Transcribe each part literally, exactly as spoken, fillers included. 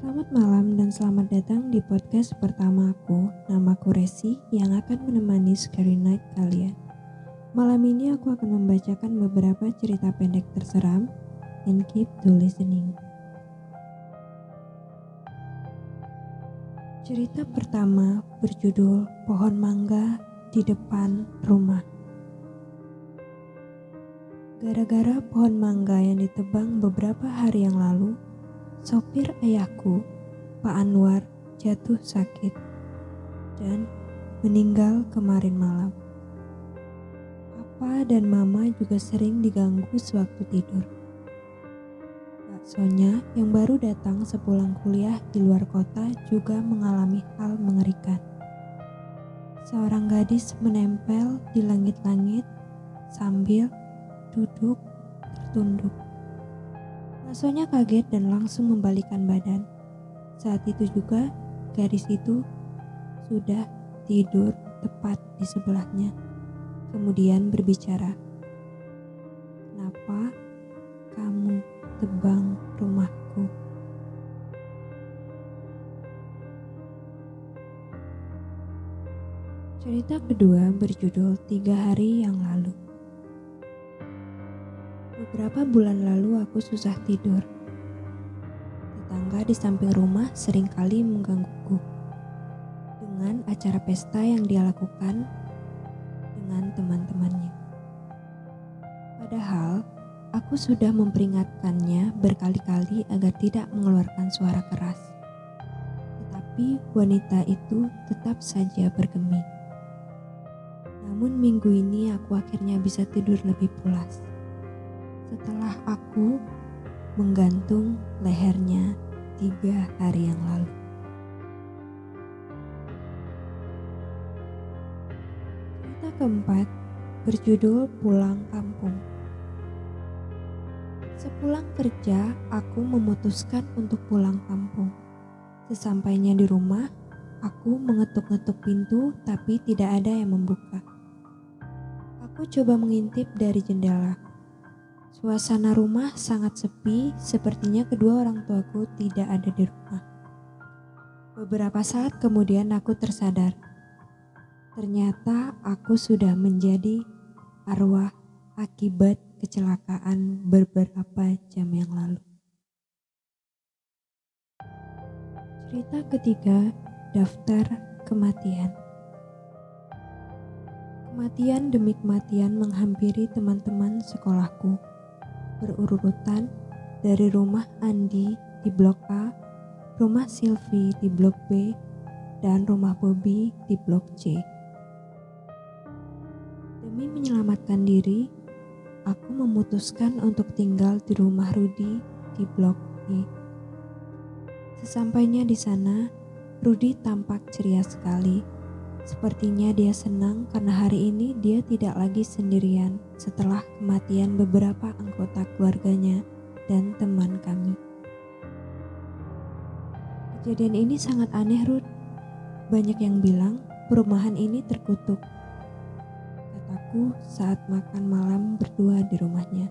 Selamat malam dan selamat datang di podcast pertama aku. Namaku Resi yang akan menemani Scary Night kalian. Malam ini aku akan membacakan beberapa cerita pendek terseram and keep to listening. Cerita pertama berjudul Pohon Mangga di Depan Rumah. Gara-gara pohon mangga yang ditebang beberapa hari yang lalu, sopir ayahku, Pak Anwar, jatuh sakit dan meninggal kemarin malam. Papa dan Mama juga sering diganggu sewaktu tidur. Kak Sonya yang baru datang sepulang kuliah di luar kota juga mengalami hal mengerikan. Seorang gadis menempel di langit-langit sambil duduk tertunduk. Kak Sonya kaget dan langsung membalikkan badan. Saat itu juga gadis itu sudah tidur tepat di sebelahnya. Kemudian berbicara, "Kenapa kamu tebang rumahku?" Cerita kedua berjudul Tiga Hari Yang Lalu. Beberapa bulan lalu aku susah tidur. Tetangga di samping rumah seringkali menggangguku dengan acara pesta yang dia lakukan dengan teman-temannya. Padahal aku sudah memperingatkannya berkali-kali agar tidak mengeluarkan suara keras. Tetapi wanita itu tetap saja bergeming. Namun minggu ini aku akhirnya bisa tidur lebih pulas setelah aku menggantung lehernya tiga hari yang lalu. Cerita keempat berjudul Pulang Kampung. Sepulang kerja, aku memutuskan untuk pulang kampung. Sesampainya di rumah, aku mengetuk-ngetuk pintu tapi tidak ada yang membuka. Aku coba mengintip dari jendela. Suasana rumah sangat sepi, sepertinya kedua orang tuaku tidak ada di rumah. Beberapa saat kemudian aku tersadar. Ternyata aku sudah menjadi arwah akibat kecelakaan beberapa jam yang lalu. Cerita ketiga, daftar kematian. Kematian demi kematian menghampiri teman-teman sekolahku. Berurutan dari rumah Andi di blok A, rumah Sylvie di blok B, dan rumah Bobby di blok C. Demi menyelamatkan diri, aku memutuskan untuk tinggal di rumah Rudy di blok E. Sesampainya di sana, Rudy tampak ceria sekali. Sepertinya dia senang karena hari ini dia tidak lagi sendirian setelah kematian beberapa anggota keluarganya dan teman kami. Kejadian ini sangat aneh, Ruth. Banyak yang bilang perumahan ini terkutuk, kataku saat makan malam berdua di rumahnya.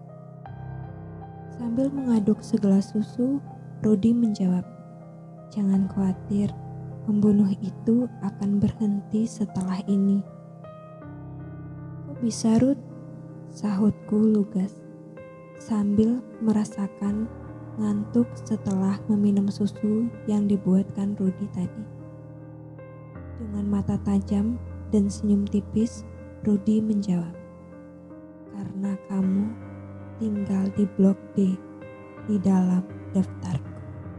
Sambil mengaduk segelas susu, Rudy menjawab, "Jangan khawatir. Pembunuh itu akan berhenti setelah ini." "Kok bisa, Ruth?" sahutku lugas, sambil merasakan ngantuk setelah meminum susu yang dibuatkan Rudy tadi. Dengan mata tajam dan senyum tipis, Rudy menjawab, "Karena kamu tinggal di blok D, di dalam daftarku."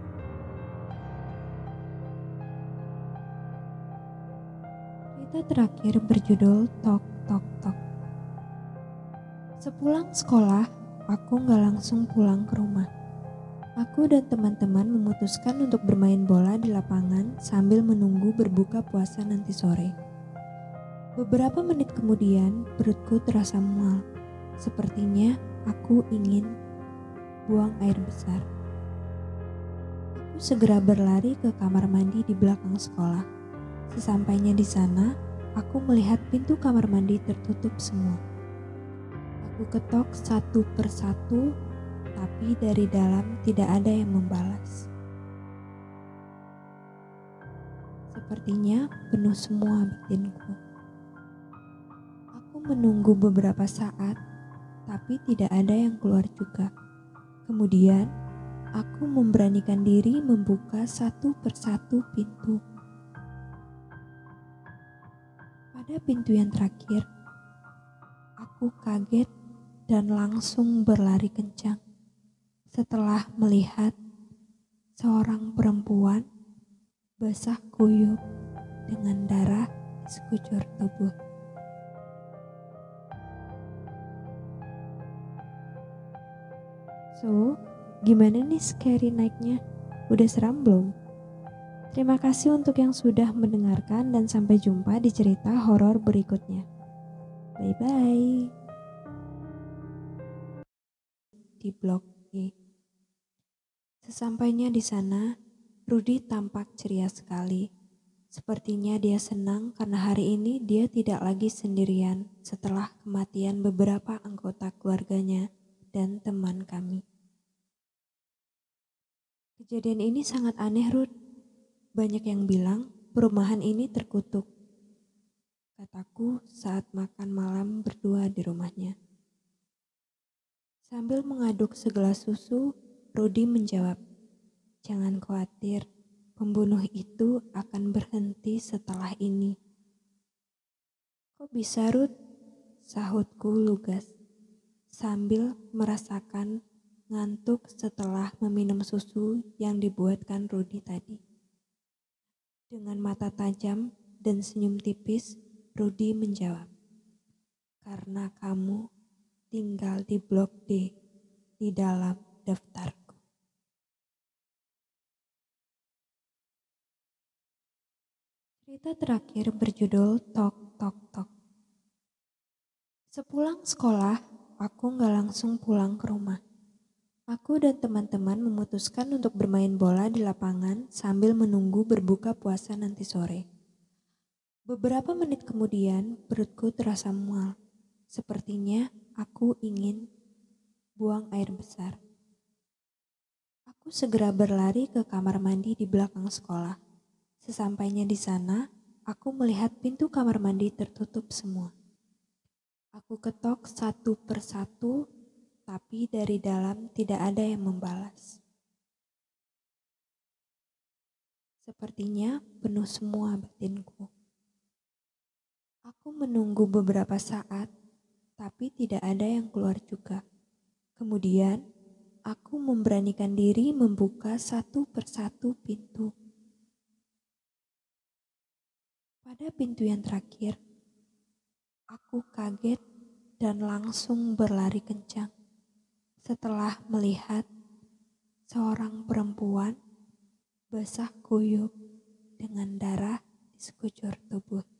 Cerita terakhir berjudul Tok Tok Tok. Sepulang sekolah, aku gak langsung pulang ke rumah. Aku dan teman-teman memutuskan untuk bermain bola di lapangan sambil menunggu berbuka puasa nanti sore. Beberapa menit kemudian, perutku terasa mual. Sepertinya aku ingin buang air besar. Aku segera berlari ke kamar mandi di belakang sekolah. Sesampainya di sana, aku melihat pintu kamar mandi tertutup semua. Aku ketok satu persatu, tapi dari dalam tidak ada yang membalas. Sepertinya penuh semua batinku. Aku menunggu beberapa saat, tapi tidak ada yang keluar juga. Kemudian, aku memberanikan diri membuka satu persatu pintu. Pada pintu yang terakhir, aku kaget dan langsung berlari kencang setelah melihat seorang perempuan basah kuyup dengan darah di sekujur tubuh. So, gimana nih scary night-nya? Udah seram belum? Terima kasih untuk yang sudah mendengarkan dan sampai jumpa di cerita horor berikutnya. Bye-bye. Di blog G. Sesampainya di sana, Rudy tampak ceria sekali. Sepertinya dia senang karena hari ini dia tidak lagi sendirian setelah kematian beberapa anggota keluarganya dan teman kami. Kejadian ini sangat aneh, Ruth. Banyak yang bilang perumahan ini terkutuk, kataku saat makan malam berdua di rumahnya. Sambil mengaduk segelas susu, Rudy menjawab, "Jangan khawatir, pembunuh itu akan berhenti setelah ini." "Kok bisa, Ruth?" sahutku lugas, sambil merasakan ngantuk setelah meminum susu yang dibuatkan Rudy tadi. Dengan mata tajam dan senyum tipis, Rudy menjawab, "Karena kamu tinggal di blok D di dalam daftarku." Cerita terakhir berjudul Tok Tok Tok. Sepulang sekolah, aku nggak langsung pulang ke rumah. Aku dan teman-teman memutuskan untuk bermain bola di lapangan sambil menunggu berbuka puasa nanti sore. Beberapa menit kemudian, perutku terasa mual. Sepertinya aku ingin buang air besar. Aku segera berlari ke kamar mandi di belakang sekolah. Sesampainya di sana, aku melihat pintu kamar mandi tertutup semua. Aku ketok satu persatu, tapi dari dalam tidak ada yang membalas. Sepertinya penuh semua batinku. Aku menunggu beberapa saat, tapi tidak ada yang keluar juga. Kemudian, aku memberanikan diri membuka satu persatu pintu. Pada pintu yang terakhir, aku kaget dan langsung berlari kencang setelah melihat seorang perempuan basah kuyup dengan darah di sekujur tubuh.